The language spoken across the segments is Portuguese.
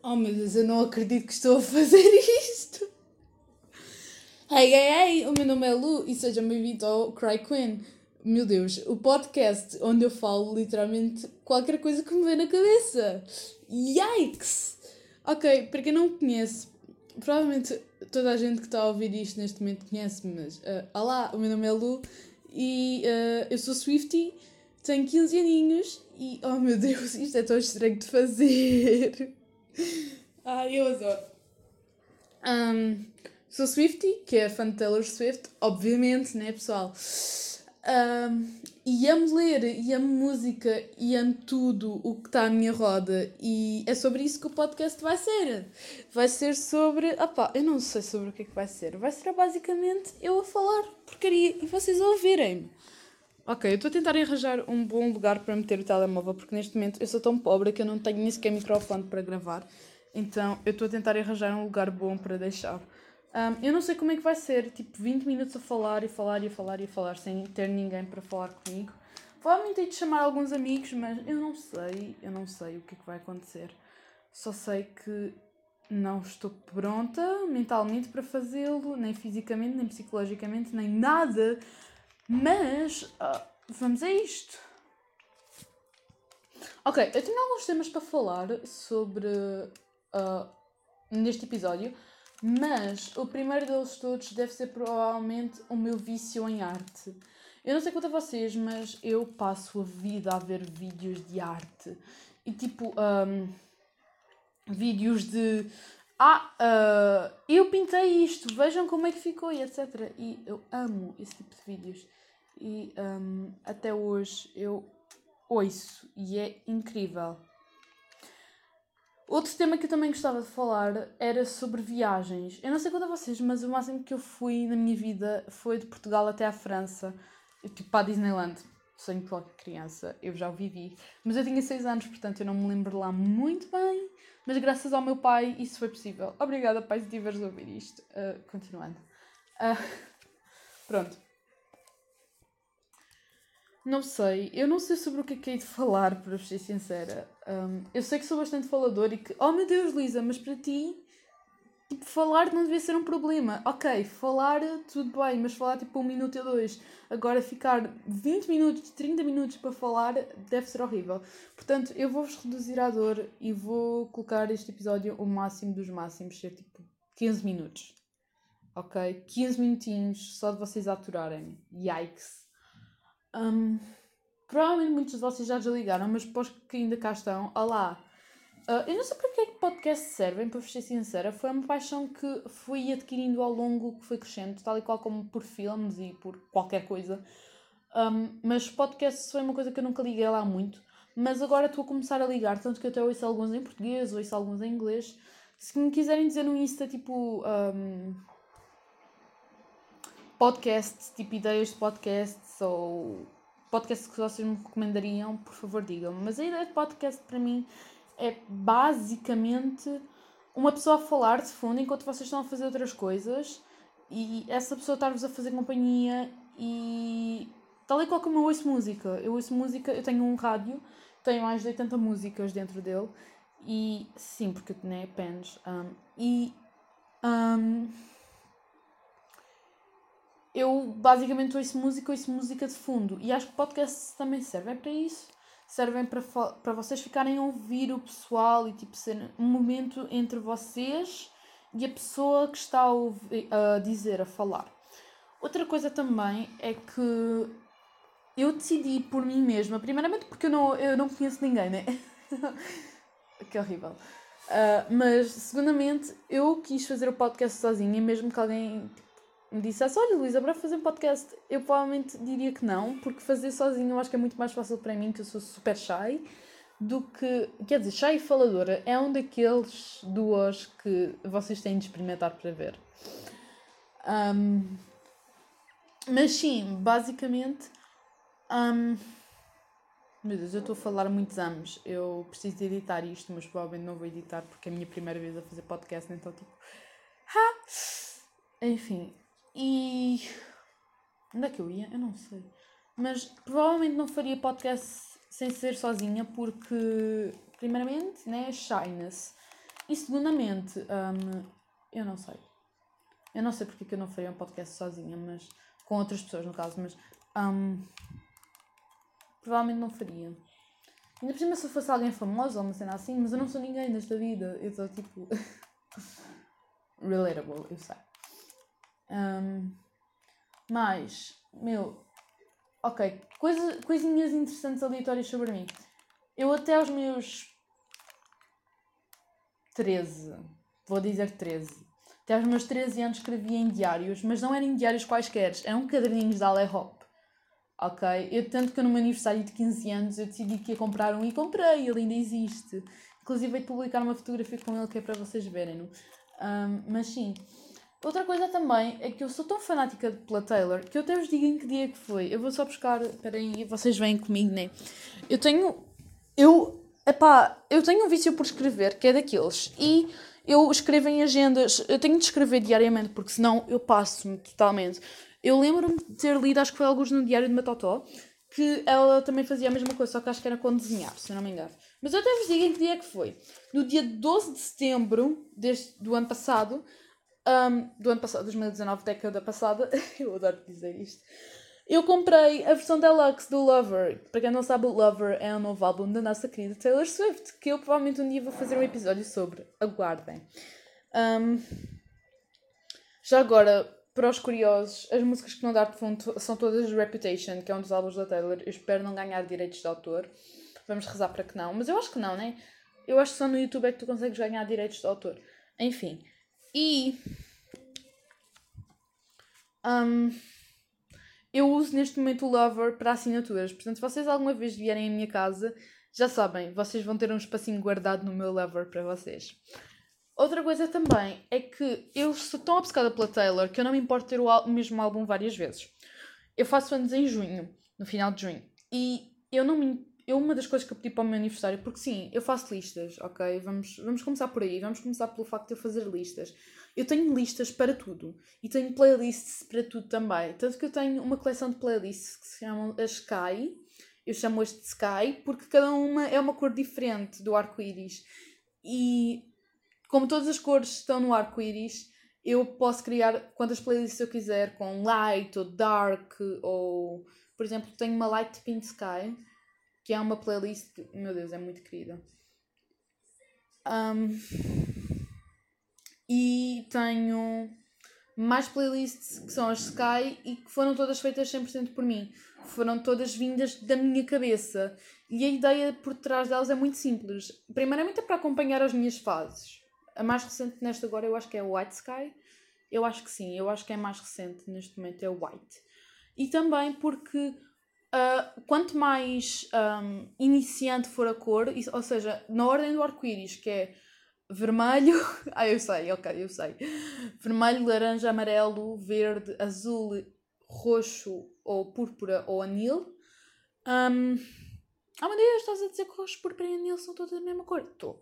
Oh meu Deus, eu não acredito que estou a fazer isto. Hey, o meu nome é Lu e sejam bem-vindos ao Cry Queen. Meu Deus, o podcast onde eu falo literalmente qualquer coisa que me vem na cabeça. Yikes! Ok, para quem não me conhece, provavelmente toda a gente que está a ouvir isto neste momento conhece-me, mas olá, o meu nome é Lu e eu sou Swiftie, tenho 15 aninhos e, oh meu Deus, isto é tão estranho de fazer. Eu adoro. Sou Swiftie, que é fã de Taylor Swift, obviamente, né, pessoal? E amo ler, e amo música, e amo tudo o que está à minha roda. E é sobre isso que o podcast vai ser. Vai ser sobre... eu não sei sobre o que é que vai ser. Vai ser basicamente eu a falar porcaria e vocês a ouvirem-me. Ok, eu estou a tentar arranjar um bom lugar para meter o telemóvel, porque neste momento eu sou tão pobre que eu não tenho nem sequer microfone para gravar. Então eu estou a tentar arranjar um lugar bom para deixar. Eu não sei como é que vai ser, tipo 20 minutos a falar e falar e falar e falar sem ter ninguém para falar comigo. Provavelmente hei de chamar alguns amigos, mas eu não sei o que é que vai acontecer. Só sei que não estou pronta mentalmente para fazê-lo, nem fisicamente, nem psicologicamente, nem nada. Mas, vamos a isto. Ok, eu tenho alguns temas para falar sobre neste episódio, mas o primeiro deles todos deve ser provavelmente o meu vício em arte. Eu não sei quanto a vocês, mas eu passo a vida a ver vídeos de arte. E tipo, vídeos de... eu pintei isto, vejam como é que ficou e etc. E eu amo esse tipo de vídeos. E até hoje eu ouço e é incrível. Outro tema que eu também gostava de falar era sobre viagens. Eu não sei quanto a vocês, mas o máximo que eu fui na minha vida foi de Portugal até à França. Tipo, para a Disneyland. Sonho de qualquer criança, eu já o vivi. Mas eu tinha 6 anos, portanto eu não me lembro lá muito bem. Mas graças ao meu pai isso foi possível. Obrigada, pai, se tiveres a ouvir isto. Continuando. Pronto. Não sei, eu não sei sobre o que é de falar, para ser sincera. Eu sei que sou bastante falador e que, oh meu Deus, Lisa, mas para ti, tipo, falar não devia ser um problema. Ok, falar tudo bem, mas falar tipo 1 minuto ou 2. Agora ficar 20 minutos, 30 minutos para falar deve ser horrível. Portanto, eu vou-vos reduzir à dor e vou colocar este episódio o máximo dos máximos, ser tipo 15 minutos. Ok? 15 minutinhos só de vocês aturarem. Yikes. Provavelmente muitos de vocês já desligaram, mas para os que ainda cá estão, olá. Eu não sei para que é que podcasts servem, para ser sincera. Foi uma paixão que fui adquirindo ao longo, que foi crescendo, tal e qual como por filmes e por qualquer coisa. Mas podcasts foi uma coisa que eu nunca liguei lá muito. Mas agora estou a começar a ligar, tanto que eu até ouço alguns em português, ouço alguns em inglês. Se me quiserem dizer no Insta, tipo... podcasts, tipo ideias de podcasts ou podcasts que vocês me recomendariam, por favor digam-me. Mas a ideia de podcast para mim é basicamente uma pessoa a falar de fundo enquanto vocês estão a fazer outras coisas e essa pessoa estar-vos a fazer companhia e tal e qual como eu ouço música. Eu tenho um rádio, tenho mais de 80 músicas dentro dele e sim, porque né, apenas eu basicamente ouço música de fundo e acho que podcasts também servem para isso. Servem para vocês ficarem a ouvir o pessoal e tipo ser um momento entre vocês e a pessoa que está a dizer, a falar. Outra coisa também é que eu decidi por mim mesma, primeiramente porque eu não conheço ninguém, né? Que horrível. Mas segundamente eu quis fazer o podcast sozinha, mesmo que alguém me dissesse, olha Luísa, para fazer um podcast, eu provavelmente diria que não, porque fazer sozinho eu acho que é muito mais fácil para mim, que eu sou super shy, do que, quer dizer, shy e faladora é um daqueles duos que vocês têm de experimentar para ver. Mas sim, basicamente, meu Deus, eu estou a falar há muitos anos, eu preciso de editar isto, mas provavelmente não vou editar porque é a minha primeira vez a fazer podcast, então tipo, enfim. E onde é que eu ia? Eu não sei. Mas provavelmente não faria podcast sem ser sozinha porque, primeiramente, né, shyness. E segundamente, eu não sei. Eu não sei porque que eu não faria um podcast sozinha, mas com outras pessoas no caso, mas provavelmente não faria. Ainda por cima se eu fosse alguém famoso ou uma cena assim, mas eu não sou ninguém nesta vida. Eu estou tipo... relatable, eu sei. Mas, ok, coisinhas interessantes aleatórias sobre mim. Eu até aos meus 13, vou dizer 13, até aos meus 13 anos escrevia em diários, mas não eram diários quaisquer, eram caderninhos da Alley-Hop, ok? Tanto que no meu aniversário de 15 anos eu decidi que ia comprar um e comprei, ele ainda existe. Inclusive vou publicar uma fotografia com ele que é para vocês verem-no. Mas sim, outra coisa também é que eu sou tão fanática pela Taylor que eu até vos digo em que dia que foi. Eu vou só buscar, esperem aí, vocês vêm comigo, né? Eu tenho um vício por escrever, que é daqueles. E eu escrevo em agendas. Eu tenho de escrever diariamente, porque senão eu passo-me totalmente. Eu lembro-me de ter lido, acho que foi alguns no Diário de uma Totó, que ela também fazia a mesma coisa, só que acho que era com desenhar, se eu não me engano. Mas eu até vos digo em que dia é que foi. No dia 12 de setembro do ano passado, 2019, década passada, eu adoro dizer isto, eu comprei a versão deluxe do Lover. Para quem não sabe, o Lover é um novo álbum da nossa querida Taylor Swift, que eu provavelmente um dia vou fazer um episódio sobre. Aguardem. Já agora, para os curiosos, as músicas que não dá de fundo são todas Reputation, que é um dos álbuns da Taylor. Eu espero não ganhar direitos de autor. Vamos rezar para que não. Mas eu acho que não, né? Eu acho que só no YouTube é que tu consegues ganhar direitos de autor. Enfim. E... eu uso neste momento o Lover para assinaturas. Portanto, se vocês alguma vez vierem à minha casa, já sabem, vocês vão ter um espacinho guardado no meu Lover para vocês. Outra coisa também é que eu sou tão obcecada pela Taylor que eu não me importo ter o mesmo álbum várias vezes. Eu faço anos em junho, no final de junho. E uma das coisas que eu pedi para o meu aniversário, porque sim, eu faço listas, ok? Vamos começar por aí. Vamos começar pelo facto de eu fazer listas. Eu tenho listas para tudo. E tenho playlists para tudo também. Tanto que eu tenho uma coleção de playlists que se chamam as Sky. Eu chamo-as de Sky porque cada uma é uma cor diferente do arco-íris. E como todas as cores estão no arco-íris, eu posso criar quantas playlists eu quiser, com light ou dark, ou... Por exemplo, tenho uma Light Pink Sky, que é uma playlist que, meu Deus, é muito querida. E tenho mais playlists que são as Sky e que foram todas feitas 100% por mim. Foram todas vindas da minha cabeça. E a ideia por trás delas é muito simples. Primeiramente é para acompanhar as minhas fases. A mais recente nesta agora eu acho que é o White Sky. Eu acho que sim, eu acho que é a mais recente neste momento, é o White. E também porque quanto mais iniciante for a cor, ou seja, na ordem do arco-íris, que é vermelho, eu sei. Vermelho, laranja, amarelo, verde, azul, roxo ou púrpura ou anil. Meu Deus, estás a dizer que roxo, púrpura e anil são todas da mesma cor? Estou.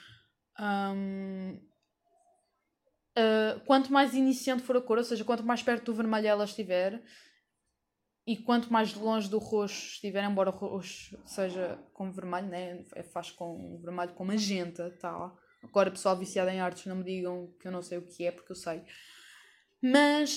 Quanto mais iniciante for a cor, ou seja, quanto mais perto do vermelho ela estiver, e quanto mais longe do roxo estiver, embora o roxo seja com vermelho, né? Faz com vermelho com magenta, tá? Agora, pessoal viciado em artes, não me digam que eu não sei o que é, porque eu sei. Mas,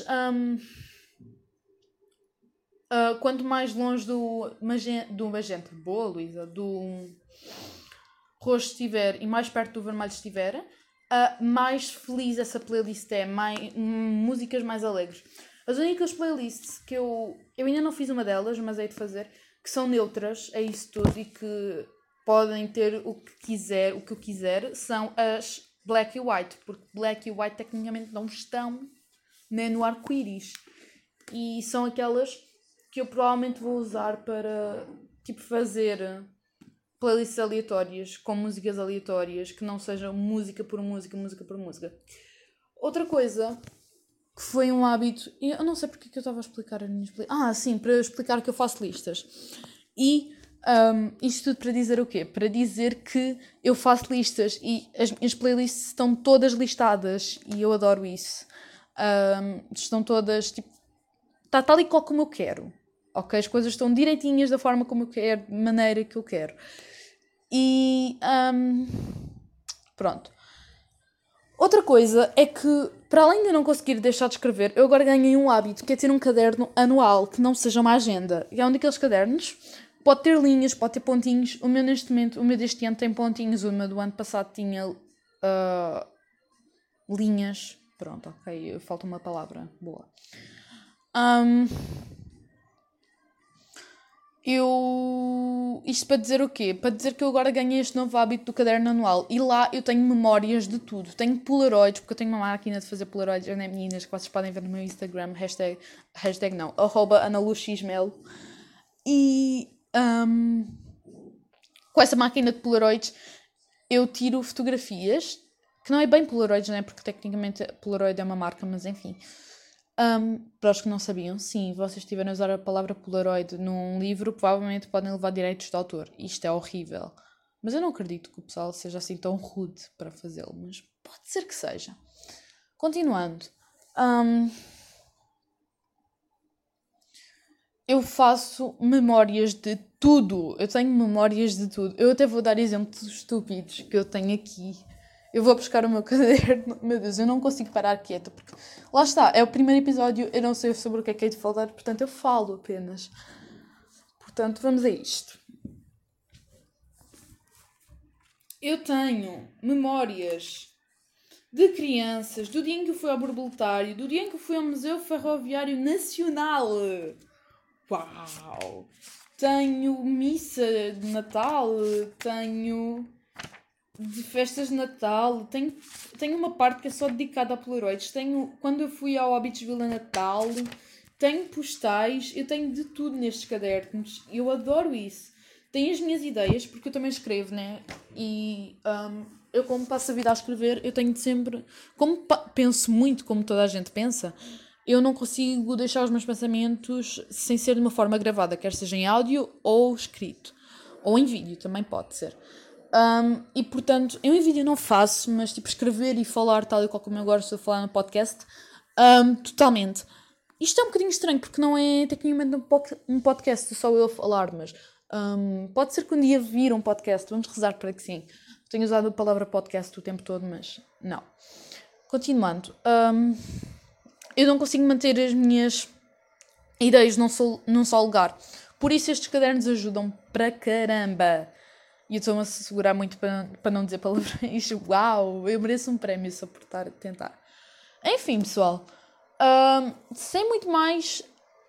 quanto mais longe do magenta, boa Luísa, do roxo estiver e mais perto do vermelho estiver, mais feliz essa playlist é, músicas mais alegres. As únicas playlists que eu ainda não fiz uma delas, mas hei de fazer, que são neutras, é isso tudo, e que podem ter o que eu quiser, são as Black e White, porque Black e White tecnicamente não estão nem no arco-íris. E são aquelas que eu provavelmente vou usar para tipo fazer playlists aleatórias, com músicas aleatórias, que não sejam música por música. Outra coisa que foi um hábito, e eu não sei porque que eu estava a explicar as minhas playlists. Sim, para explicar que eu faço listas. E isto tudo para dizer o quê? Para dizer que eu faço listas e as minhas playlists estão todas listadas e eu adoro isso. Estão todas, tipo, está tal e qual como eu quero. Ok? As coisas estão direitinhas da forma como eu quero, de maneira que eu quero. E pronto. Outra coisa é que, para além de eu não conseguir deixar de escrever, eu agora ganhei um hábito, que é ter um caderno anual, que não seja uma agenda. E é um daqueles cadernos, pode ter linhas, pode ter pontinhos. O meu neste momento, o meu deste ano tem pontinhos, o meu do ano passado tinha linhas. Pronto, ok, falta uma palavra boa. Isto para dizer o quê? Para dizer que eu agora ganhei este novo hábito do caderno anual. E lá eu tenho memórias de tudo. Tenho polaroids, porque eu tenho uma máquina de fazer polaroids, né, meninas, que vocês podem ver no meu Instagram, hashtag não, @analuxmelo. E com essa máquina de polaroids eu tiro fotografias, que não é bem polaroids, né? Porque tecnicamente polaroid é uma marca, mas enfim. Para os que não sabiam, sim, vocês estiverem a usar a palavra polaroid num livro, provavelmente podem levar direitos de autor. Isto é horrível. Mas eu não acredito que o pessoal seja assim tão rude para fazê-lo, mas pode ser que seja. Continuando. Eu faço memórias de tudo. Eu tenho memórias de tudo. Eu até vou dar exemplos estúpidos que eu tenho aqui. Eu vou buscar o meu caderno. Meu Deus, eu não consigo parar quieta, porque lá está, é o primeiro episódio, eu não sei sobre o que é de falar, portanto eu falo apenas. Portanto, vamos a isto. Eu tenho memórias de crianças, do dia em que eu fui ao borboletário, do dia em que eu fui ao Museu Ferroviário Nacional. Uau! Tenho missa de Natal, tenho de festas de Natal, tenho uma parte que é só dedicada a polaroids, tenho quando eu fui ao Óbidos Vila Natal, tenho postais, eu tenho de tudo nestes cadernos, eu adoro isso. Tenho as minhas ideias, porque eu também escrevo, né? E eu, como passo a vida a escrever, eu tenho de sempre, como penso muito como toda a gente pensa, eu não consigo deixar os meus pensamentos sem ser de uma forma gravada, quer seja em áudio ou escrito, ou em vídeo, também pode ser. E portanto, eu em vídeo não faço, mas tipo escrever e falar tal e qual como eu gosto de falar no podcast, totalmente. Isto é um bocadinho estranho, porque não é tecnicamente um podcast só eu a falar, mas pode ser que um dia vir um podcast, vamos rezar para que sim. Tenho usado a palavra podcast o tempo todo, mas não. Continuando, eu não consigo manter as minhas ideias num só lugar. Por isso estes cadernos ajudam para caramba. E eu estou-me a segurar muito para não dizer palavrões. Uau, eu mereço um prémio só por estar a tentar. Enfim, pessoal. Sem muito mais...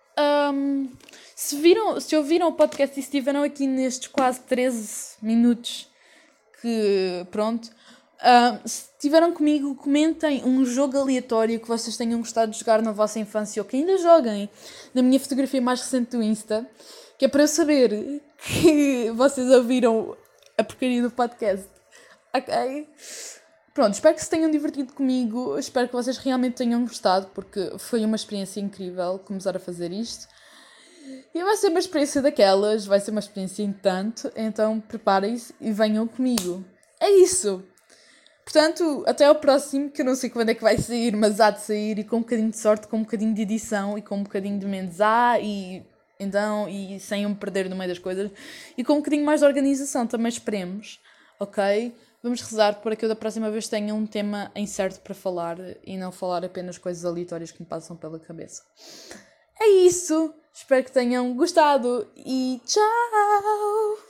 se ouviram o podcast e estiveram aqui nestes quase 13 minutos que... Pronto. Se estiveram comigo, comentem um jogo aleatório que vocês tenham gostado de jogar na vossa infância ou que ainda joguem na minha fotografia mais recente do Insta. Que é para eu saber que vocês ouviram a porcaria do podcast. Ok? Pronto, espero que se tenham divertido comigo. Espero que vocês realmente tenham gostado, porque foi uma experiência incrível começar a fazer isto. E vai ser uma experiência daquelas, vai ser uma experiência em tanto. Então preparem-se e venham comigo. É isso! Portanto, até ao próximo, que eu não sei quando é que vai sair, mas há de sair, e com um bocadinho de sorte, com um bocadinho de edição e com um bocadinho de menos e sem eu me perder no meio das coisas, e com um bocadinho mais de organização, também esperemos, ok? Vamos rezar para que eu da próxima vez tenha um tema em certo para falar e não falar apenas coisas aleatórias que me passam pela cabeça. É isso! Espero que tenham gostado e tchau!